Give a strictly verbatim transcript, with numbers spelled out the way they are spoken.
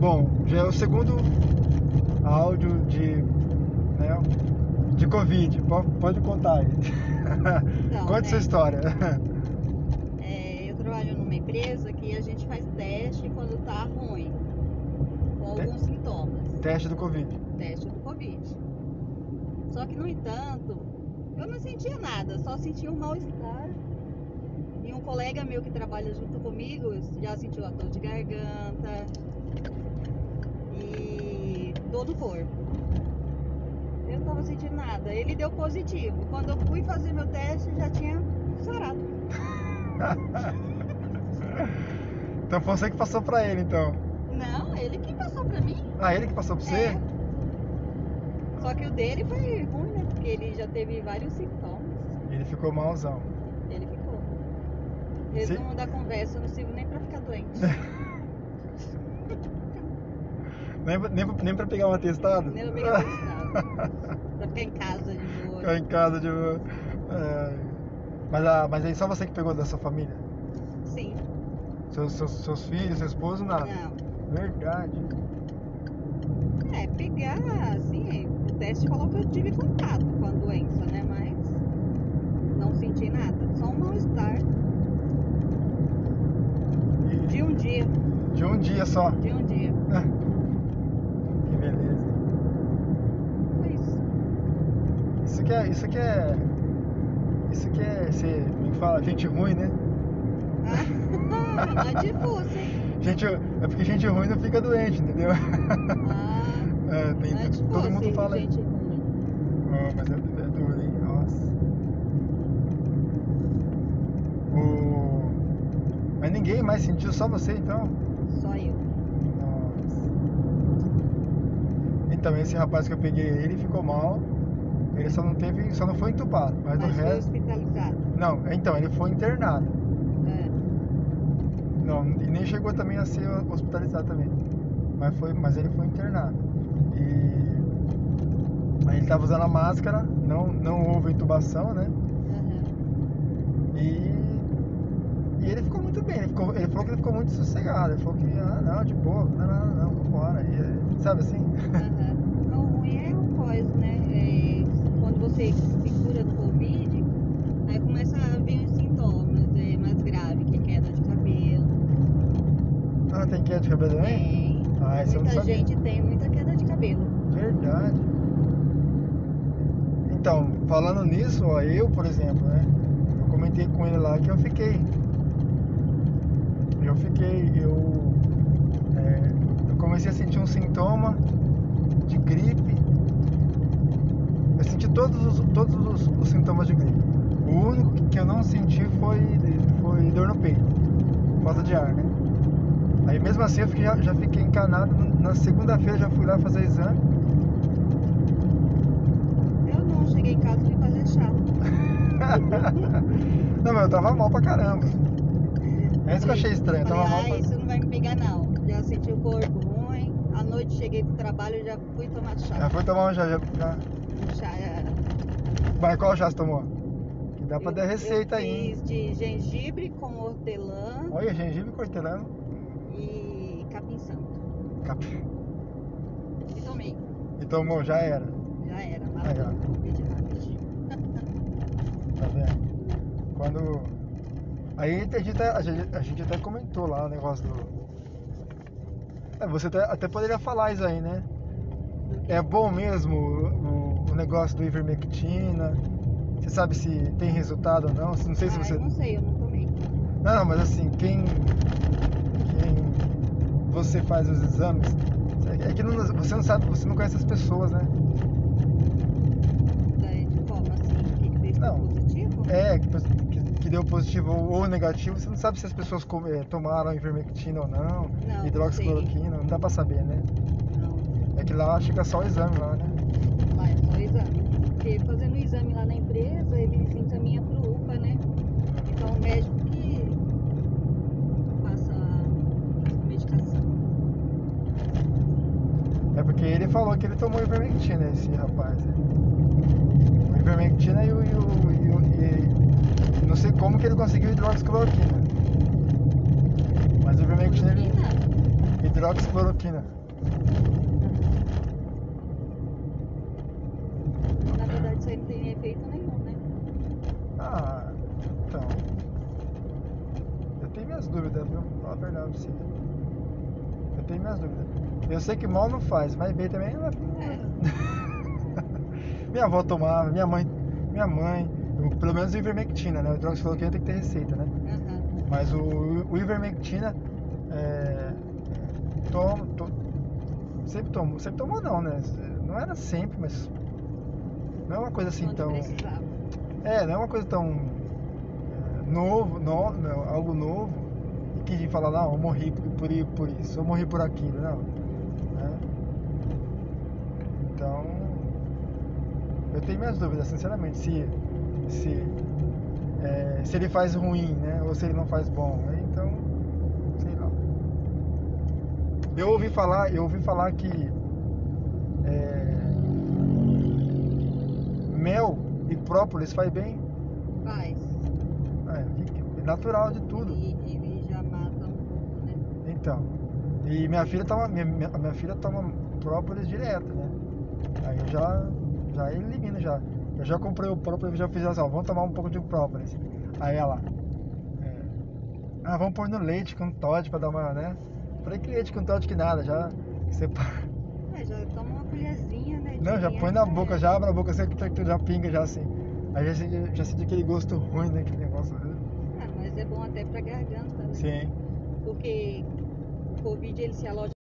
Bom, já é o segundo áudio de, né, de Covid. Pode, pode contar aí. Então, Conte né, sua história. é, eu trabalho numa empresa que a gente faz teste quando tá ruim, com Te- alguns sintomas. Teste do Covid. Teste do Covid. Só que, no entanto, eu não sentia nada, só sentia um mal-estar. E um colega meu que trabalha junto comigo já sentiu a dor de garganta e dor no corpo. Eu não tava sentindo nada. Ele deu positivo. Quando eu fui fazer meu teste, já tinha sarado. Então foi você que passou pra ele, então. Não, ele que passou pra mim. Ah, ele que passou pra você? É. Só que o dele foi ruim, né? Porque ele já teve vários sintomas. Ele ficou malzão. Ele ficou. Resumo da conversa, eu não sirvo nem pra ficar doente. Nem, pra- nem, pra- nem pra pegar um atestado? Nem pra pegar atestado. Pra ficar em casa de boa. Ficar em casa de boa. É. Mas, ah, mas aí só você que pegou da sua família? Sim. Seus, seus, seus filhos, seu esposo, nada? Não. Verdade. É, pegar, assim, o teste falou que eu tive contato com a doença, né? Mas não senti nada. Só um mal-estar. E De um dia. de um dia só. De um dia. Que beleza. Foi isso. Isso que é. Isso que é. Isso que é. Você me fala, gente ruim, né? Ah, é difícil, hein? Gente, é porque gente ruim não fica doente, entendeu? Ah, É, tem, é difícil, todo mundo fala gente isso. ruim. Oh, mas é, é duro, hein? Nossa. O... Mas ninguém mais sentiu, só você então? Só eu. Nossa. Então, esse rapaz que eu peguei, ele ficou mal. Ele só não teve, só não foi entubado, mas, Mas do foi resto. hospitalizado. Não, então, ele foi internado. É. Não, e nem chegou também a ser hospitalizado também. Mas, foi, mas ele foi internado. E aí ele estava usando a máscara, não, não houve intubação, né? Uhum. E, e ele ficou muito bem. Ele, ficou, ele falou que ele ficou muito sossegado. Ele falou que, ah, não, de boa, não, não, não, vambora. E, sabe assim? Uhum. O ruim é o pós, né? É, quando você se cura do Covid, aí começa a vir os sintomas é, mais graves, que é queda de cabelo. Ah, tem queda de cabelo também? Tem. Ah, isso eu não Muita sabia. gente tem muita queda de cabelo. Verdade. Então, falando nisso, ó, eu, por exemplo, né? Eu comentei com ele lá que eu fiquei. Eu fiquei, eu, é, eu comecei a sentir um sintoma de gripe. Eu senti todos os, todos os, os sintomas de gripe. O único que eu não senti foi, foi dor no peito, falta de ar, né? Aí mesmo assim eu fiquei, já, já fiquei encanado. Na segunda-feira já fui lá fazer exame. Eu não, cheguei em casa e fui fazer chá. Não, mas eu tava mal pra caramba. É isso que eu achei estranho, eu tava Falei, mal ah, pra... isso não vai me pegar não. Já senti o corpo ruim. À noite cheguei pro trabalho e já fui tomar chá. Já foi tomar um já, já, já... Chá é... Mas qual chá você tomou? Que dá pra eu, dar receita eu aí, hein? fiz de gengibre com hortelã Olha, gengibre com hortelã. e capim santo. Cap... E tomei. E tomou, já era. Já era. Aí, Matou ó. o Covid rápido. Tá vendo? Quando... Aí a gente, até, a, gente, a gente até comentou lá o negócio do... É, você até, até poderia falar isso aí, né? É bom mesmo o, o, o negócio do ivermectina? Você sabe se tem resultado ou não? Não sei se Ah, você... eu não sei, eu não tomei. Não, não, mas assim, quem, quem você faz os exames, é que não, você não sabe, você não conhece as pessoas, né? Daí de forma assim, que fez Não. positivo? É, que, que, que deu positivo ou negativo, você não sabe se as pessoas com- é, tomaram ivermectina ou não, Não, hidroxicloroquina, não dá pra saber, né? Não. É que lá fica só o exame lá, né? Lá é só exame. Porque fazendo o exame lá na empresa, eles encaminham pro U P A, né? Então o médico que passa a medicação. É porque ele falou que ele tomou ivermectina, esse rapaz. Né? O ivermectina e o, e o, e o- e não sei como que ele conseguiu hidroxicloroquina. Mas o ivermectina ele... Cloroquina? hidroxicloroquina. Na verdade, isso aí não tem efeito nenhum, né? Ah, então. Eu tenho minhas dúvidas, viu? Fala a verdade pra você. Eu tenho minhas dúvidas. Eu sei que mal não faz, mas bem também. Ela... É. Minha avó tomava, minha mãe. Minha mãe. Eu, pelo menos o ivermectina, né? O hidroxicloroquina tem que ter receita, né? Aham. Mas o, o ivermectina. É, tomo, to, sempre tomo. Sempre tomou, não, né? Não era sempre, mas. Não é uma coisa assim Quando tão. precisava. É, não é uma coisa tão. É, novo, no, não, algo novo. E que fala, não, eu morri por, por, por isso, eu morri por aquilo, não. Né? Então. Eu tenho minhas dúvidas, sinceramente, se. Se, é, se ele faz ruim, né? Ou se ele não faz bom. Então. Sei lá. Eu ouvi falar, eu ouvi falar que. É, mel e própolis faz bem. Faz. É, natural de tudo. E ele já mata um pouco, né? Então. E minha filha toma. Minha, minha, minha filha toma própolis direto, né? Aí eu já. Já elimino já. Eu já comprei o própolis e já fiz assim, ó, vamos tomar um pouco de própolis. Aí ela. É, ah, vamos pôr no leite com Todd pra dar uma, né? Falei que leite com Todd que nada, já. Separa. É, já toma uma colherzinha, né? de Não, já põe vinho, na já boca, é. já abre a boca, você que já pinga já assim. Aí já senti, já senti aquele gosto ruim, né? Aquele negócio. Ah, mas é bom até pra garganta, né? Sim. Porque o Covid ele se aloja